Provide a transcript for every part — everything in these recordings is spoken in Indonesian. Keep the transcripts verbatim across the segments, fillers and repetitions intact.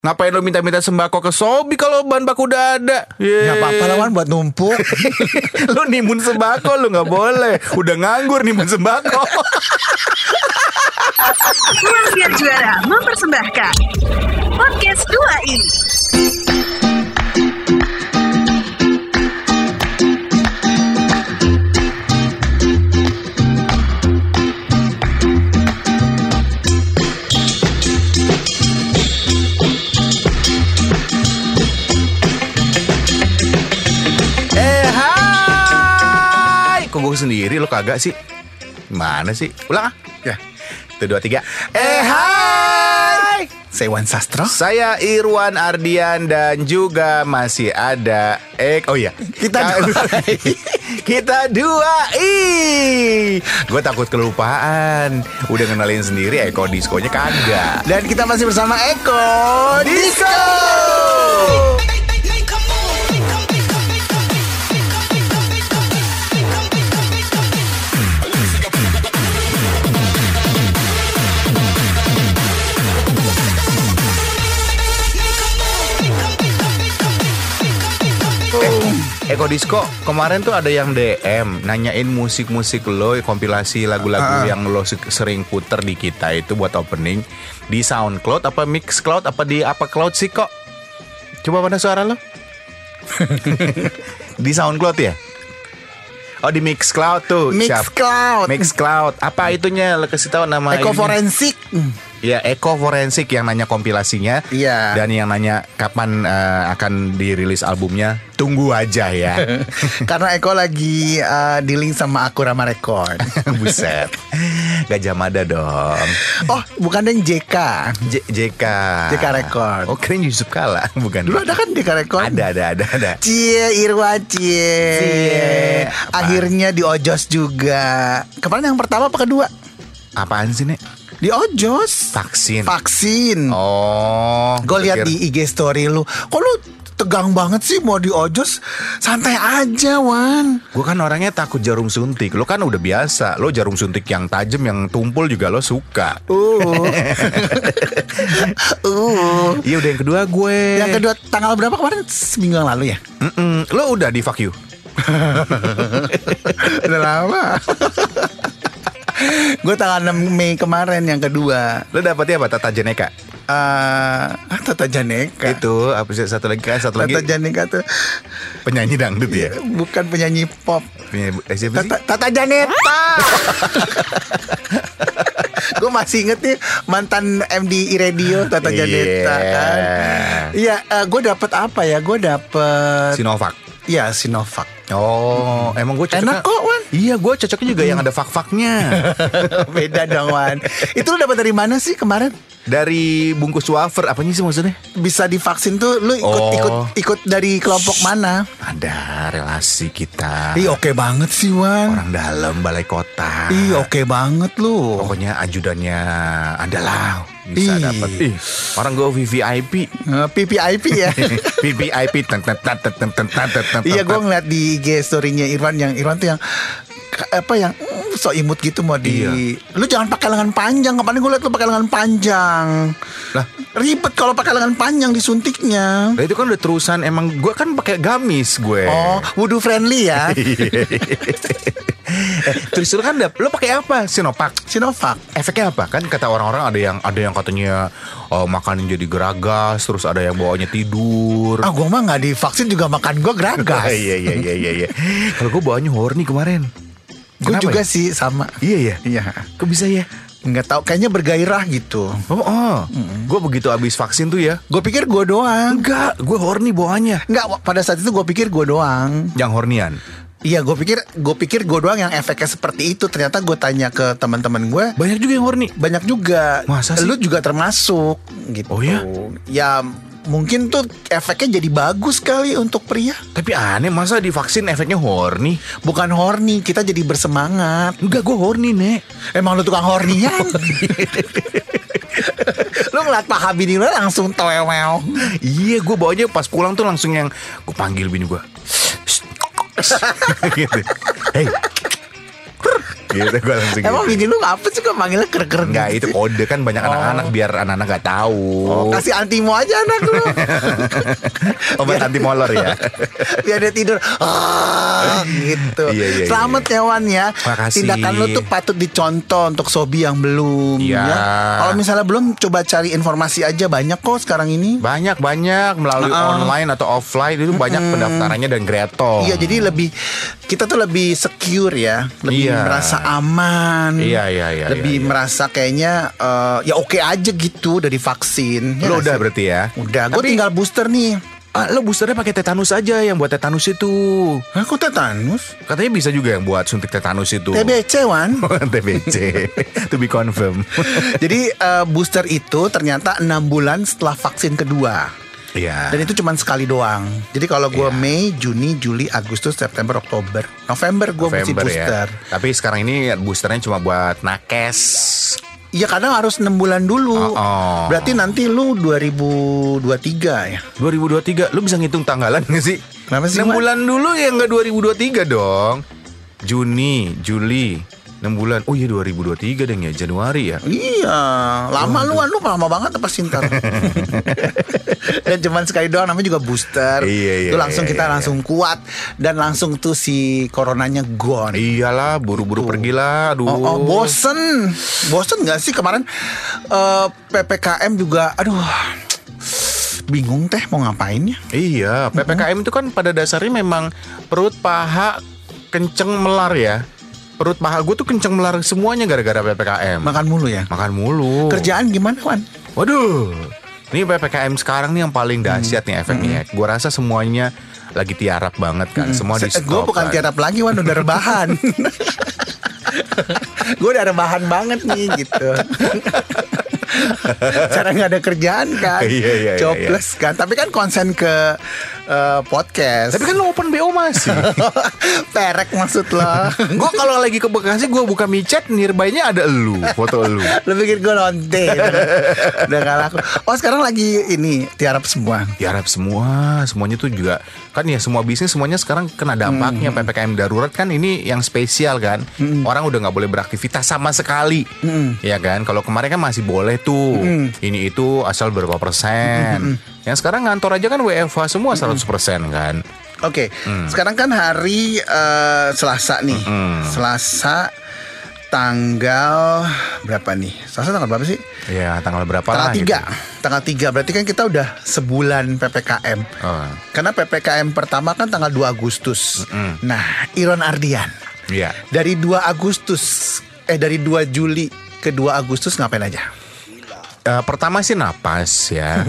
Ngapain lo minta-minta sembako ke Sobi kalau bahan baku udah ada? Gak apa-apa lah Wan, buat numpuk. Lo nimbun sembako lo gak boleh. Udah nganggur nimbun sembako. Ruang Siar Juara mempersembahkan podcast dua ini. Gue sendiri lo kagak sih? Mana sih? Ulang ah. Ya. Satu, dua, tiga. Eh hai, saya Wan Sastro. Saya Irwan Ardian. Dan juga masih ada Ek. Oh iya, Kita dua. Kita dua Ih, gue takut kelupaan. Udah kenalin sendiri Eko Diskonya kagak. Dan kita masih bersama Eko Disko. Eko Disko, kemarin tuh ada yang D M nanyain musik-musik lo, kompilasi lagu-lagu uh. yang lo sering puter di kita itu buat opening di SoundCloud apa Mixcloud apa di apa cloud sih kok? Coba mana suara lo? Di SoundCloud ya? Oh di Mixcloud tuh. Mixcloud. Mixcloud. Apa itunya? Lo kasih tahu nama Eko Forensik. Ya, Eko Forensik yang nanya kompilasinya. Iya. Dan yang nanya kapan uh, akan dirilis albumnya. Tunggu aja ya. Karena Eko lagi uh, dealing sama Akurama Record. Buset. Gajah Mada dong. Oh, bukan yang J K. J- JK. JK Record. Oh, keren Yusuf Kala. Bukan. Dulu ada kan J K Record? Ada, ada, ada, ada. Cie, Irwan, cie. Cie. Akhirnya di Ojos juga. Kemarin yang pertama apa kedua? Apaan sih, Nek? Di Ojos. Vaksin. Vaksin. Oh. Gue lihat di I G story lu. Kok lu tegang banget sih mau di Ojos? Santai aja, Wan. Gue kan orangnya takut jarum suntik. Lo kan udah biasa. Lo jarum suntik yang tajam, yang tumpul juga lo suka. Uh. uh. Iya, udah yang kedua gue. Yang kedua tanggal berapa kemarin? Seminggu yang lalu ya? Mm-mm. Lo udah di fuck you? Udah lama. Gue tanggal enam Mei kemarin yang kedua. Lo dapetnya apa? Tata Janeka? Uh, ah, Tata Janeka. Itu apa sih satu lagi kan? Satu lagi Tata Janeka tuh penyanyi dangdut ya? Bukan penyanyi pop. Penyanyi, eh, siapa sih? Tata, Tata Janeta. Gue masih inget nih mantan M D I Radio Tata Janeta kan. Iya, uh, gue dapet apa ya? Gue dapet Sinovac. Iya, Sinovac. Oh, emang gue cocoknya. Enak kok, Wan. Iya, gue cocoknya juga yang ada fak-faknya. Beda dong, Wan. Itu lu dapat dari mana sih kemarin? Dari bungkus wafer, apanya sih maksudnya? Bisa divaksin tuh lu ikut Oh. ikut ikut dari kelompok mana? Ada relasi kita. Ih, oke banget sih, Wan. Orang dalam balai kota. Ih, oke banget lu. Pokoknya ajudannya adalah bisa Ih. dapat. Ih, orang gue V V I P. Uh, P P I P ya. V V I P. Ten, ten, ten, ten, ten, ten, ten, ten, Iya, gue ten. ngeliat di I G story-nya Irwan yang Irwan tuh yang apa yang mm, so imut gitu mau di. Iya. Lu jangan pakai lengan panjang. Kemarin gue liat lu pakai lengan panjang. Lah, Ribet kalau pakai lengan panjang disuntiknya. nah itu kan udah terusan. Emang gue kan pakai gamis gue. Oh, wudu friendly ya. eh, terus lu kan dap, lu pakai apa? Sinovac. Sinovac. Efeknya apa? Kan kata orang-orang ada yang ada yang katanya oh, makanin jadi geragas, terus ada yang bawanya tidur. Ah, gue mah nggak divaksin juga makan gue geragas. Iya iya iya iya iya. Kalau gue bawanya horny kemarin. Gue Kenapa juga ya? sih sama. Iya ya. Iya. Kok bisa ya? Nggak tahu, kayaknya bergairah gitu. Oh, oh. Gue begitu abis vaksin tuh ya. Gue pikir gue doang. Enggak, gue horny bawahnya. Nggak, pada saat itu gue pikir gue doang. Yang hornian. Iya, gue pikir gue pikir gue doang yang efeknya seperti itu. Ternyata gue tanya ke teman-teman gue, Banyak juga yang horny. banyak juga. Masa sih? Lu juga termasuk gitu. Oh ya? Ya mungkin tuh efeknya jadi bagus kali untuk pria. Tapi aneh, masa divaksin efeknya horny? Bukan horny, kita jadi bersemangat. Enggak, gue horny, Nek. Emang lu tukang hornyan? Lu ngeliat Pak Habibie langsung towel. Iya, gue bawanya pas pulang tuh langsung yang gue panggil bini gue. gitu. Hey, Gitu gue langsung Emang gitu. bini lu apa sih kok manggilnya ker-ker Enggak, gitu itu sih? kode kan banyak anak-anak biar anak-anak gak tahu. Oh, kasih antimo aja anak lu. Obat anti molor ya. Biar dia tidur. Ah, gitu. Iya, iya, Selamat iya. ya Wan ya. Makasih. Tindakan lu tuh patut dicontoh untuk sobi yang belum. Iya. Ya. Kalau misalnya belum, coba cari informasi aja, banyak kok sekarang ini. Banyak-banyak melalui Uh-uh. online atau offline itu banyak pendaftarannya dan greto. Iya, jadi lebih kita tuh lebih secure ya, lebih Iya. merasa aman. Iya, iya, iya, Lebih iya, iya. merasa kayaknya eh, ya oke aja gitu dari vaksin. Ya Lo nggak udah sih? berarti ya? Udah, gue Tapi- tinggal booster nih. Ah, lo boosternya pakai tetanus aja, yang buat tetanus itu. Hah, kok tetanus? Katanya bisa juga yang buat suntik tetanus itu. T B C Wan. T B C. To be confirmed. Jadi eh, booster itu ternyata enam bulan setelah vaksin kedua. Iya. Dan itu cuma sekali doang. Jadi kalau gue Iya. Mei, Juni, Juli, Agustus, September, Oktober, November gue mesti November booster. ya. Tapi sekarang ini boosternya cuma buat nakes. Iya, kadang harus enam bulan dulu. Oh, oh. Berarti nanti lu dua ribu dua puluh tiga ya. dua ribu dua puluh tiga, lu bisa ngitung tanggalan gak sih? Kenapa sih, enam Wan? bulan dulu ya nggak dua ribu dua puluh tiga dong. Juni, Juli, enam bulan. Oh iya dua ribu dua puluh tiga dong ya, Januari ya. Iya, lama lu, Wan. Lu lama banget apa Sintar? Dan cuman sekali doang, namanya juga booster. Iya, iya, Itu langsung iya, kita iya, langsung kuat dan langsung tuh si coronanya gone. Iyalah, buru-buru pergilah. Aduh. Oh, oh, bosen, bosen nggak sih kemarin eh, P P K M juga, aduh, bingung teh mau ngapain ya? Iya, P P K M itu kan pada dasarnya memang perut paha kenceng melar ya. Perut paha gue tuh kenceng melar semuanya gara-gara P P K M. Makan mulu ya? Makan mulu. Kerjaan gimana, Wan? Waduh. Ini P P K M sekarang nih yang paling dahsyat nih efeknya. Gue rasa semuanya lagi tiarap banget kan. Semua di stop. Gue bukan kan. tiarap lagi, Wan, udah rebahan. Gue udah rebahan banget nih gitu. Cara nggak ada kerjaan kan, Iya, iya, iya, jobless kan. Tapi kan konsen ke eh, podcast. Tapi kan lo open B O masih. Perek maksud lo. Gue kalau lagi ke Bekasi gue buka micet, nearby-nya ada elu, foto elu. Lo pikir gue lonte? Udah gak laku. Oh, sekarang lagi ini tiarap semua. Tiarap semua, semuanya tuh juga kan ya semua bisnis semuanya sekarang kena dampaknya. P P K M darurat kan ini yang spesial kan. Orang udah nggak boleh beraktivitas sama sekali, ya kan. Kalau kemarin kan masih boleh tuh, ini itu asal berapa persen. Yang sekarang ngantor aja kan W F H semua seratus persen kan. Oke, sekarang kan hari eh, Selasa nih. Selasa tanggal berapa nih? Selasa tanggal berapa sih? Ya tanggal berapa Tanggal lah tiga. gitu. Tanggal tiga berarti kan kita udah sebulan P P K M. Oh. Karena P P K M pertama kan tanggal dua Agustus. Nah, Iron Ardian Iya. dari dua Agustus eh dari dua Juli ke dua Agustus ngapain aja? Eh, pertama sih napas ya.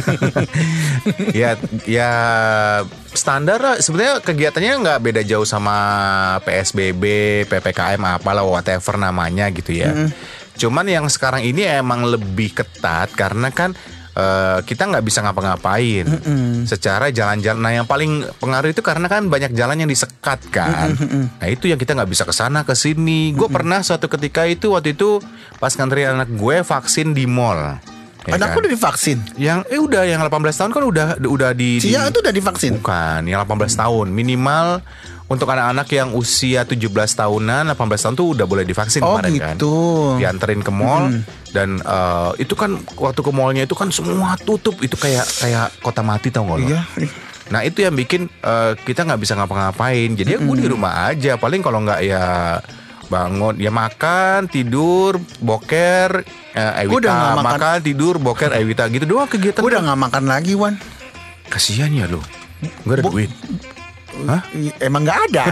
ya ya standar lah. Sebenarnya kegiatannya nggak beda jauh sama P S B B, P P K M apalah whatever namanya gitu ya. Cuman yang sekarang ini emang lebih ketat karena kan eh, kita nggak bisa ngapa-ngapain secara jalan-jalan. Nah yang paling pengaruh itu karena kan banyak jalan yang disekat kan. Nah itu yang kita nggak bisa kesana kesini. Gue pernah suatu ketika itu waktu itu pas nganterin anak gue vaksin di mall. Ya Anak kan? lu udah divaksin? Yang eh udah yang delapan belas tahun kan udah udah di, di Cia itu udah divaksin? Bukan, yang delapan belas tahun minimal untuk anak-anak yang usia tujuh belas tahunan, delapan belas tahun tuh udah boleh divaksin Oh, kemarin kan. gitu. Dianterin ke mall dan eh, itu kan waktu ke mallnya itu kan semua tutup, itu kayak kayak kota mati tau gak lo? Iya. Nah itu yang bikin eh, kita nggak bisa ngapa-ngapain. Jadi ya gue di rumah aja. Paling kalau nggak ya bangun ya makan tidur boker eh, Gua udah Ewita nggak makan. makan tidur boker Ewita gitu doang kegiatan. Gue udah gak makan lagi, Wan. Kasian ya lo, nggak ada Bo- duit. Hah? I- Emang gak ada.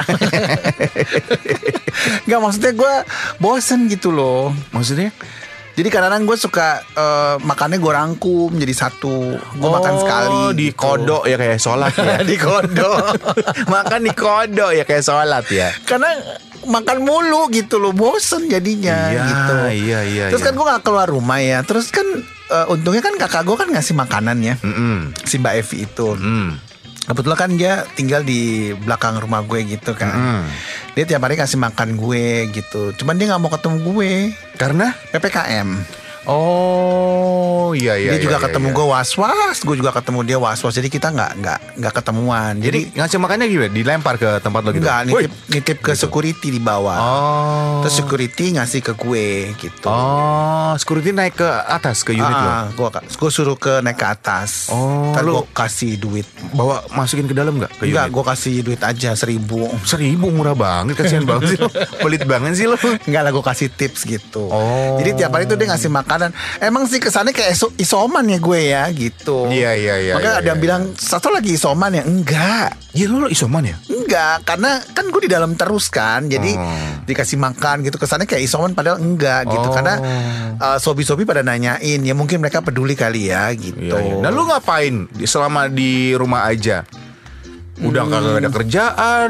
Gak, maksudnya gue bosen gitu loh. Maksudnya? Jadi kadang-kadang gue suka eh, makannya gue rangkum jadi satu. Gue makan sekali di gitu. kodok ya kayak sholat ya. Di kodok. Makan di kodok ya kayak sholat ya. Karena makan mulu gitu loh, bosen jadinya Iya, gitu. iya, iya, Terus iya. kan gue gak keluar rumah ya. Terus kan eh, untungnya kan kakak gue kan ngasih makanan ya. Mm-mm. Si Mbak Evi itu. Hmm. Kebetulan kan dia tinggal di belakang rumah gue gitu kan. Mm. Dia tiap hari kasih makan gue gitu. Cuman dia gak mau ketemu gue. Karena P P K M. Oh iya iya. Dia juga iya, ketemu iya. gue was-was, gue juga ketemu dia was-was. Jadi kita nggak nggak nggak ketemuan. Jadi, Jadi, ngasih makannya gimana? Dilempar ke tempat lo gitu? nggak Woi. nitip nitip ke security di bawah. Oh. Terus security ngasih ke gue gitu. Oh, security naik ke atas ke unit lo. Ah, gue gue suruh ke naik ke atas. Oh, Ntar lu- gue kasih duit. Bawa masukin ke dalam nggak? Ke Enggak, unit? gue kasih duit aja seribu. Seribu murah banget, kasihan banget sih lo. Pelit banget sih lo. Enggak lah, gue kasih tips gitu. Oh. Jadi tiap hari tuh dia ngasih makanan. Emang sih kesannya kayak iso- isoman ya gue ya gitu. Iya, iya, iya, Makanya iya, ada yang iya. bilang satu lagi isoman ya. Enggak. Iya lo, lo isoman ya? Enggak, karena kan gue di dalam terus kan. Jadi Oh. dikasih makan gitu. Kesannya kayak isoman padahal enggak gitu. Oh. Karena uh, sobi-sobi pada nanyain. Ya mungkin mereka peduli kali ya gitu. Iya, iya. Nah lu ngapain di- selama di rumah aja? Udah Hmm. kagak ada kerjaan.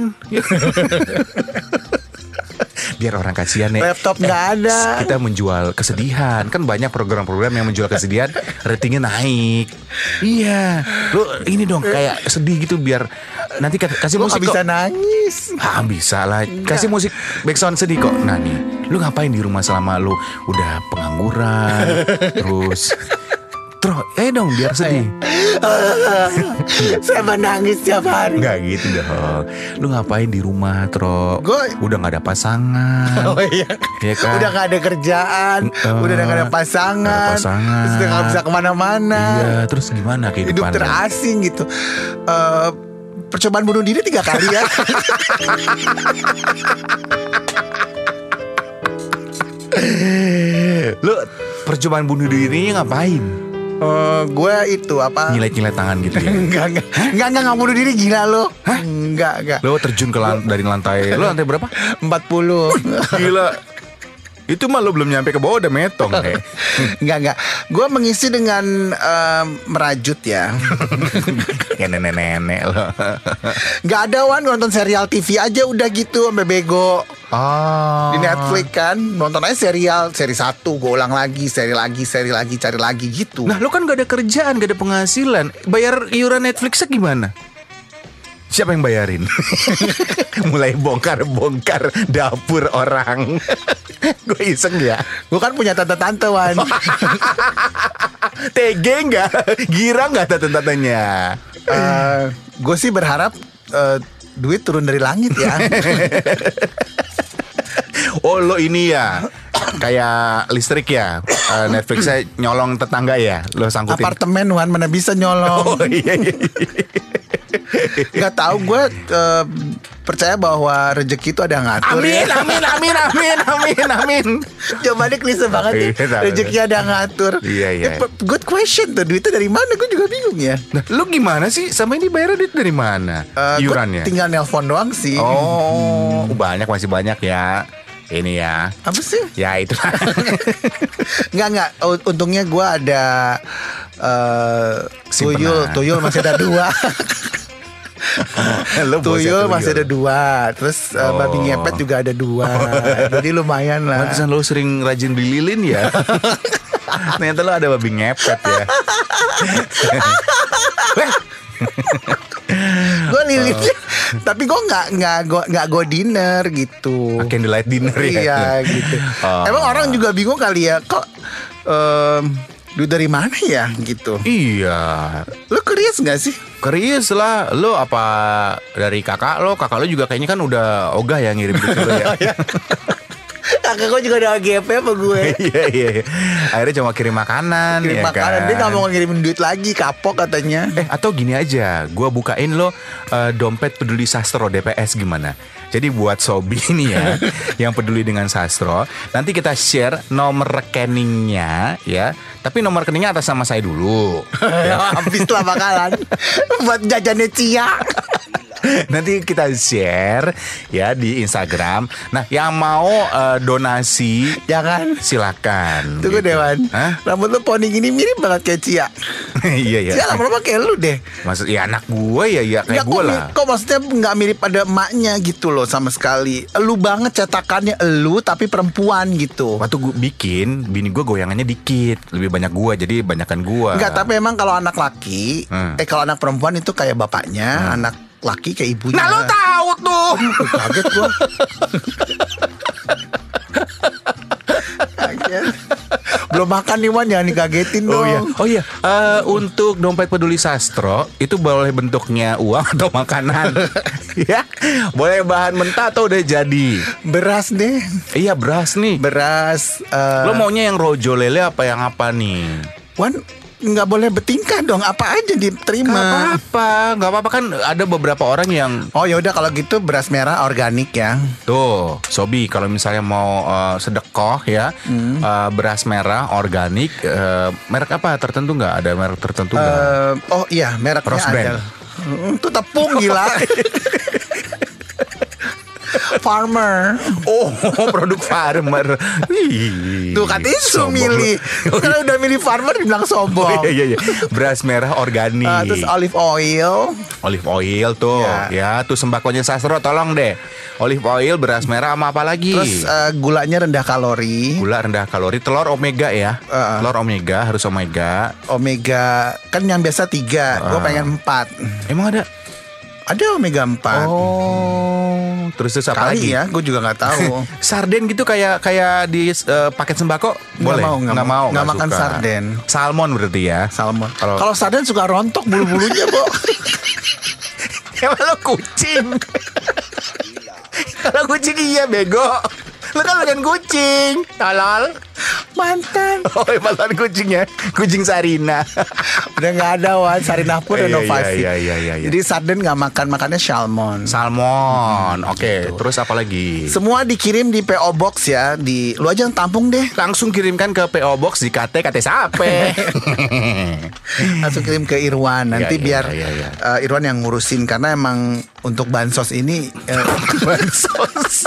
Biar orang kasihan nih. Laptop nggak ada. Kita menjual kesedihan. Kan banyak program-program yang menjual kesedihan, ratingnya naik. Iya. Lu ini dong kayak sedih gitu biar nanti ka- kasih Gue musik gak bisa kok. nangis. Ah, bisa lah. Kasih musik background sedih kok. Nah nih, lu ngapain di rumah selama lu udah pengangguran, terus Tro, eh dong biar sedih. Saya menangis tiap hari. Enggak gitu dong. Lu ngapain di rumah, Tro? Gua- Udah gak ada pasangan. Oh iya. Iya kan? Udah gak ada kerjaan, Uh, udah gak ada pasangan, nggak ada pasangan. terus udah gak bisa kemana-mana. Iya, terus gimana Hidup kehidupan lu? terasing gitu. Eh, percobaan bunuh diri tiga kali ya. Lu percobaan bunuh dirinya ngapain? Eh, gue itu apa? Nyilet-nyilet tangan gitu ya? Enggak, enggak, enggak, enggak, enggak bunuh diri, gila lo. Enggak, enggak. Lu terjun ke lan- dari lantai. Lu lantai berapa? empat puluh. Gila. Itu mah lu belum nyampe ke bawah udah metong deh. Enggak, enggak. Gue mengisi dengan em, merajut ya. Kayak nenek-nenek lo. Enggak ada, Wan, nonton serial T V aja udah gitu sampai bego. Oh. Di Netflix kan nonton aja serial, seri satu gue ulang lagi, seri lagi, seri lagi, cari lagi gitu. Nah lu kan gak ada kerjaan, gak ada penghasilan. Bayar iuran Netflixnya gimana? Siapa yang bayarin? Mulai bongkar-bongkar dapur orang. Gue iseng ya. Gue kan punya tante-tante, Wan. Tege gak? Gira gak tante-tantenya? Eh, gue sih berharap eh, duit turun dari langit ya. Oh lo ini ya, kayak listrik ya. Eh, Netflixnya nyolong tetangga ya. Lo sangkutin. Apartemen, Wan, mana bisa nyolong. Oh iya iya. Gak tahu gue eh, percaya bahwa rezeki itu ada yang ngatur. Amin, ya. amin, amin, amin, amin, amin. Jawabannya klise banget nih. Iya, tahu. Rezeki ada yang ngatur. Iya, iya. Eh, p- Good question tuh. Duitnya dari mana? Gue juga bingung ya. Nah, lu gimana sih? Sama ini bayar duit dari mana? Eh, gua Iurannya? tinggal nelpon doang sih. Oh, banyak masih banyak ya. Ini ya. Apa sih? Ya itu. Enggak, enggak. U- Untungnya gue ada eh, Simpenan. tuyul. Tuyul masih ada dua. Lu bosnya Tuyul masih ada dua. Terus eh, Oh. babi ngepet juga ada dua. Jadi lumayan lah. Pantesan lu sering rajin beli lilin ya. Ternyata lu ada babi ngepet ya. Gue lilinnya, tapi gue nggak nggak gue nggak gue dinner gitu. Candlelight dinner ya. Iya gitu. Oh. Emang orang juga bingung kali ya, kok em, duit dari mana ya gitu. Iya. Lu curious nggak sih? Kerius lah. Lu apa dari kakak lo? Kakak lo juga kayaknya kan udah ogah ya ngirim duit ke lo ya. Kakak gue juga ada G P apa gue. Iya iya. Akhirnya cuma kirim makanan Kirim ya makanan, kan? dia nggak mau ngirimin duit lagi, kapok katanya. Eh atau gini aja, gue bukain lo eh, dompet peduli sastro D P S gimana? Jadi buat sobi nih ya, yang peduli dengan sastro, nanti kita share nomor rekeningnya ya. Tapi nomor rekeningnya atas nama saya dulu. Ya, habis lah bakalan buat jajannya Cia. Nanti kita share ya di Instagram. Nah, yang mau eh, donasi Jangan. silakan. Tunggu gitu. deh, Wan. Hah? Rambut lu poni gini mirip banget kayak Cia. Iya ya. Cia lama-lama kayak lu deh. Maksud ya anak gue ya ya kayak Nggak, gue kok, lah. kok maksudnya nggak mirip pada emaknya gitu loh sama sekali. Lu banget cetakannya, elu tapi perempuan gitu. Waktu gue bikin, bini gue goyangannya dikit, lebih banyak gue, jadi banyakan gue. Enggak, tapi emang kalau anak laki, Hmm. eh kalau anak perempuan itu kayak bapaknya, anak laki kayak ibunya. Nah lo tahu tuh. Aduh, kaget gua. Kaget. Belum makan nih Wan, jangan dikagetin dong. Oh iya, oh iya. Uh, untuk dompet peduli sastro itu boleh bentuknya uang atau makanan, ya? Boleh bahan mentah atau udah jadi? Beras deh. Iya beras nih. Beras. Uh... Lo maunya yang rojo lele apa yang apa nih? Wan, nggak boleh bertingkah dong, apa aja diterima. Nggak apa-apa, nggak apa-apa kan ada beberapa orang yang. Oh ya udah kalau gitu beras merah organik ya. Tuh, Sobi kalau misalnya mau uh, sedekah ya, hmm. uh, beras merah organik, uh, merek apa tertentu nggak? Ada merek tertentu nggak? Uh, oh iya, mereknya Rose Brand. ada. Itu tepung gila. Farmer. Oh, produk farmer. Wih, tuh katanya su milih. Kalau udah milih farmer dibilang sombong. Oh, iya, iya. Beras merah organik. Uh, terus olive oil. Olive oil tuh. Ya, ya tuh sembakonya sastro tolong deh. Olive oil, beras merah sama apa lagi? Terus uh, gulanya rendah kalori. Gula rendah kalori, telur omega ya. Uh, telur omega harus omega. Omega kan yang biasa tiga, uh. gue pengen empat. Emang ada? Ada omega empat. Oh, terus terus apa Kali lagi? ya, gue juga nggak tahu. Sarden gitu kayak kayak di uh, paket sembako boleh? Nggak mau, nggak mau, nggak makan suka. sarden. Salmon berarti ya? Salmon. Kalau kalau sarden suka rontok bulu-bulunya, Bo. Emang lo kucing? Kalau kucing iya bego. Lo kan bukan kucing, tolol. Mantan. Oh, mantan kucingnya, kucing Sarina. Udah nggak ada Wan, Sarina pun renovasi. Iya, iya, iya, iya. Jadi sarden nggak makan, makannya salmon. Salmon, oke. Okay. Gitu. Terus apa lagi? Semua dikirim di P O Box ya. Di lu aja yang tampung deh. Langsung kirimkan ke P O Box di K T K T Sape. Langsung kirim ke Irwan. Nanti ya, biar ya, ya, ya. Uh, Irwan yang ngurusin karena emang untuk bansos ini uh, bansos.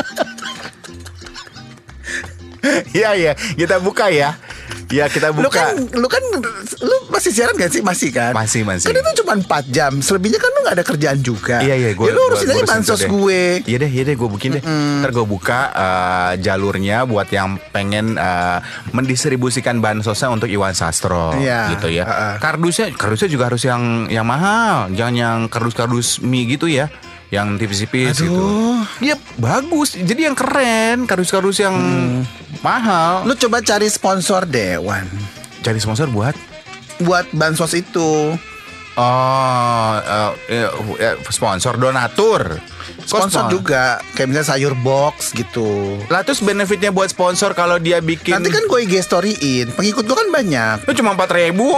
Iya ya, kita buka ya. Ya kita buka. Lu kan, lu kan, lu masih siaran gak sih? Masih kan? Masih masih. Kan itu cuma empat jam. Selebihnya kan lu gak ada kerjaan juga. Iya iya. Gua, ya lu urusin aja bansos gue. Iya deh, iya deh. Gue bikin deh. Mm-hmm. Ntar gue buka uh, jalurnya buat yang pengen uh, mendistribusikan bansosnya untuk Iwan Sastro. Iya. Gitu ya. Uh-uh. Kardusnya, kardusnya juga harus yang yang mahal. Jangan yang kardus-kardus mie gitu ya. Yang tipis-tipis gitu. Iya bagus. Jadi yang keren. Kardus-kardus yang hmm. mahal. Lu coba cari sponsor deh, Wan. Cari sponsor buat? Buat bansos itu. Oh, uh, uh, sponsor donatur. Sponsor juga. Kayak misalnya sayur box gitu. Lah terus benefitnya buat sponsor kalau dia bikin. Nanti kan gue I G storyin. Pengikut gue kan banyak. Itu cuma empat ribu.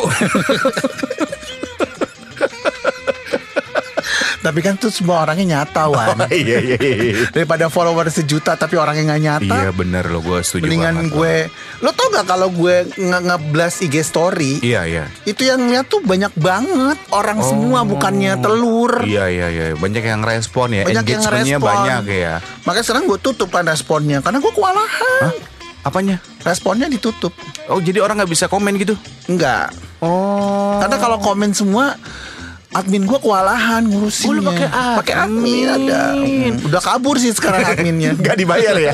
Tapi kan tuh semua orangnya nyata, Wan. Oh, iya, iya, iya. Daripada follower sejuta tapi orangnya gak nyata. Iya bener loh, gue setuju. Mendingan banget gue lo. Lo tau gak kalau gue nge- nge-blast I G story. Iya iya. Itu yang lihat tuh banyak banget. Orang oh. semua bukannya telur. Iya iya iya. Banyak yang respon ya. Banyak yang respon. Banyak ya. Makanya sekarang gue tutup kan responnya. Karena gue kewalahan. Hah? Apanya? Responnya ditutup. Oh jadi orang gak bisa komen gitu? Enggak. Oh. Karena kalau komen semua admin gue kewalahan ngurusinnya. Gue pakai admin. Pakai admin ada. Udah kabur sih sekarang adminnya. Gak dibayar ya.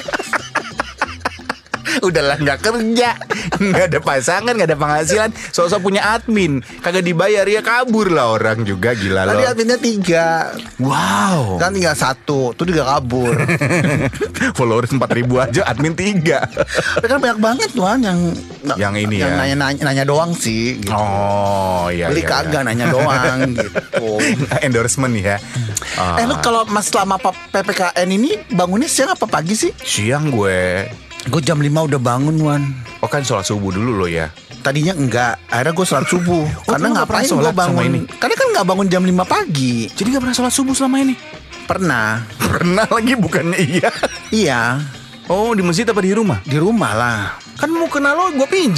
Udahlah gak kerja, gak ada pasangan, gak ada penghasilan, sok-sok punya admin, kagak dibayar ya kabur lah orang juga, gila loh. Tadi adminnya tiga. Wow. Kan tinggal satu, tuh juga kabur. Followers empat ribu aja, admin tiga. Tapi kan banyak banget tuh yang yang ini yang ya. nanya-nanya nanya doang sih gitu. Oh iya. Beli iya, kagak iya. nanya doang gitu. Endorsement ya. Uh. Eh lu kalau mas selama P P K N ini bangunnya siang apa pagi sih? Siang gue. Gue jam lima udah bangun, Wan. Oh kan sholat subuh dulu lo ya. Tadinya enggak, akhirnya gue sholat subuh. Oh, karena ngapain gue bangun ini? Karena kan gak bangun jam lima pagi. Jadi gak pernah sholat subuh selama ini? Pernah. Pernah lagi bukannya iya. Iya. Oh di masjid apa di rumah? Di rumah lah. Kan mau kenal lo gue pinjem.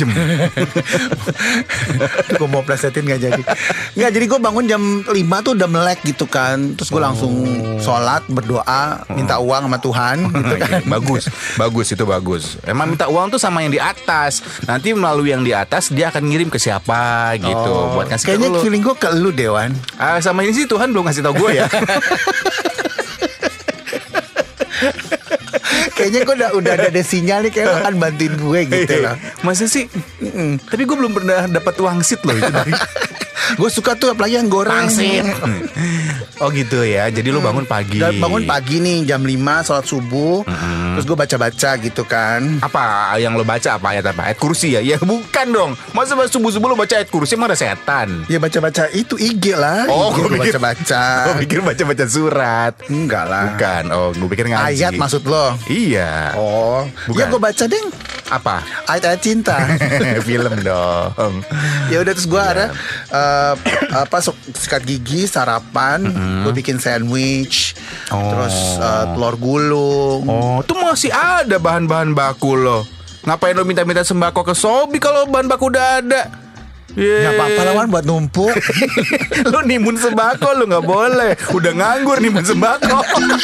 Gue mau plesetin gak jadi. Nggak, jadi gue bangun jam lima tuh udah melek gitu kan. Terus gue langsung sholat, berdoa, minta uang sama Tuhan gitu kan. Bagus, bagus itu bagus. Emang minta uang tuh sama yang di atas. Nanti melalui yang di atas dia akan ngirim ke siapa gitu. Oh, buat ngasih kayaknya ke lo. Feeling gue ke lu, Dewan. Ah, sama ini sih Tuhan belum ngasih tau gue ya. Kayaknya gue udah, udah ada sinyal nih, kayak akan bantuin gue gitu loh. Masa sih? Mm-mm. Tapi gue belum pernah dapat wangsit loh itu dari. Gue suka tuh apalagi yang goreng. Pangsit. Oh gitu ya. Jadi lu bangun pagi. Dan bangun pagi nih jam lima sholat subuh. Mm-hmm. Terus gue baca-baca gitu kan. Apa yang lo baca, apa ayat apa? Ayat kursi ya? Ya bukan dong. Masa subuh-subuh lo baca ayat kursi emang ada setan? Ya baca-baca itu I G lah. Oh, I G gue pikir baca-baca. Gue pikir baca-baca surat. Enggak lah. Bukan. Oh, gue pikir ngaji. Ayat maksud lo? Iya. Oh, bukan. Ya gue baca deh. Apa? Ayat-ayat cinta. Film dong. Ya udah terus gue yeah. ada uh, apa sikat gigi, sarapan, mm-hmm. gue bikin sandwich, oh. terus uh, telur gulung. Oh, tuh masih ada bahan-bahan baku lo. Ngapain lo minta-minta sembako ke Sobi kalau bahan baku udah ada? Yeah. Gak apa-apa lawan buat numpuk. Lo nimbun sembako lo gak boleh. Udah nganggur nimbun sembako.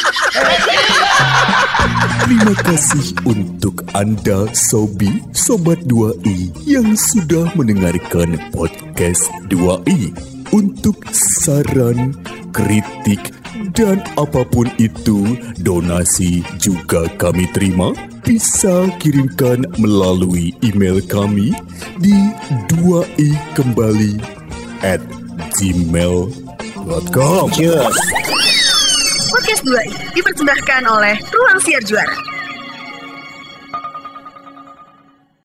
Terima kasih untuk Anda Sobi Sobat dua i yang sudah mendengarkan podcast dua i. Untuk saran, kritik, dan apapun itu, donasi juga kami terima. Bisa kirimkan melalui email kami di dua i kembali at gmail dot com. Podcast dua i dipersembahkan oleh Ruang Siar Juara.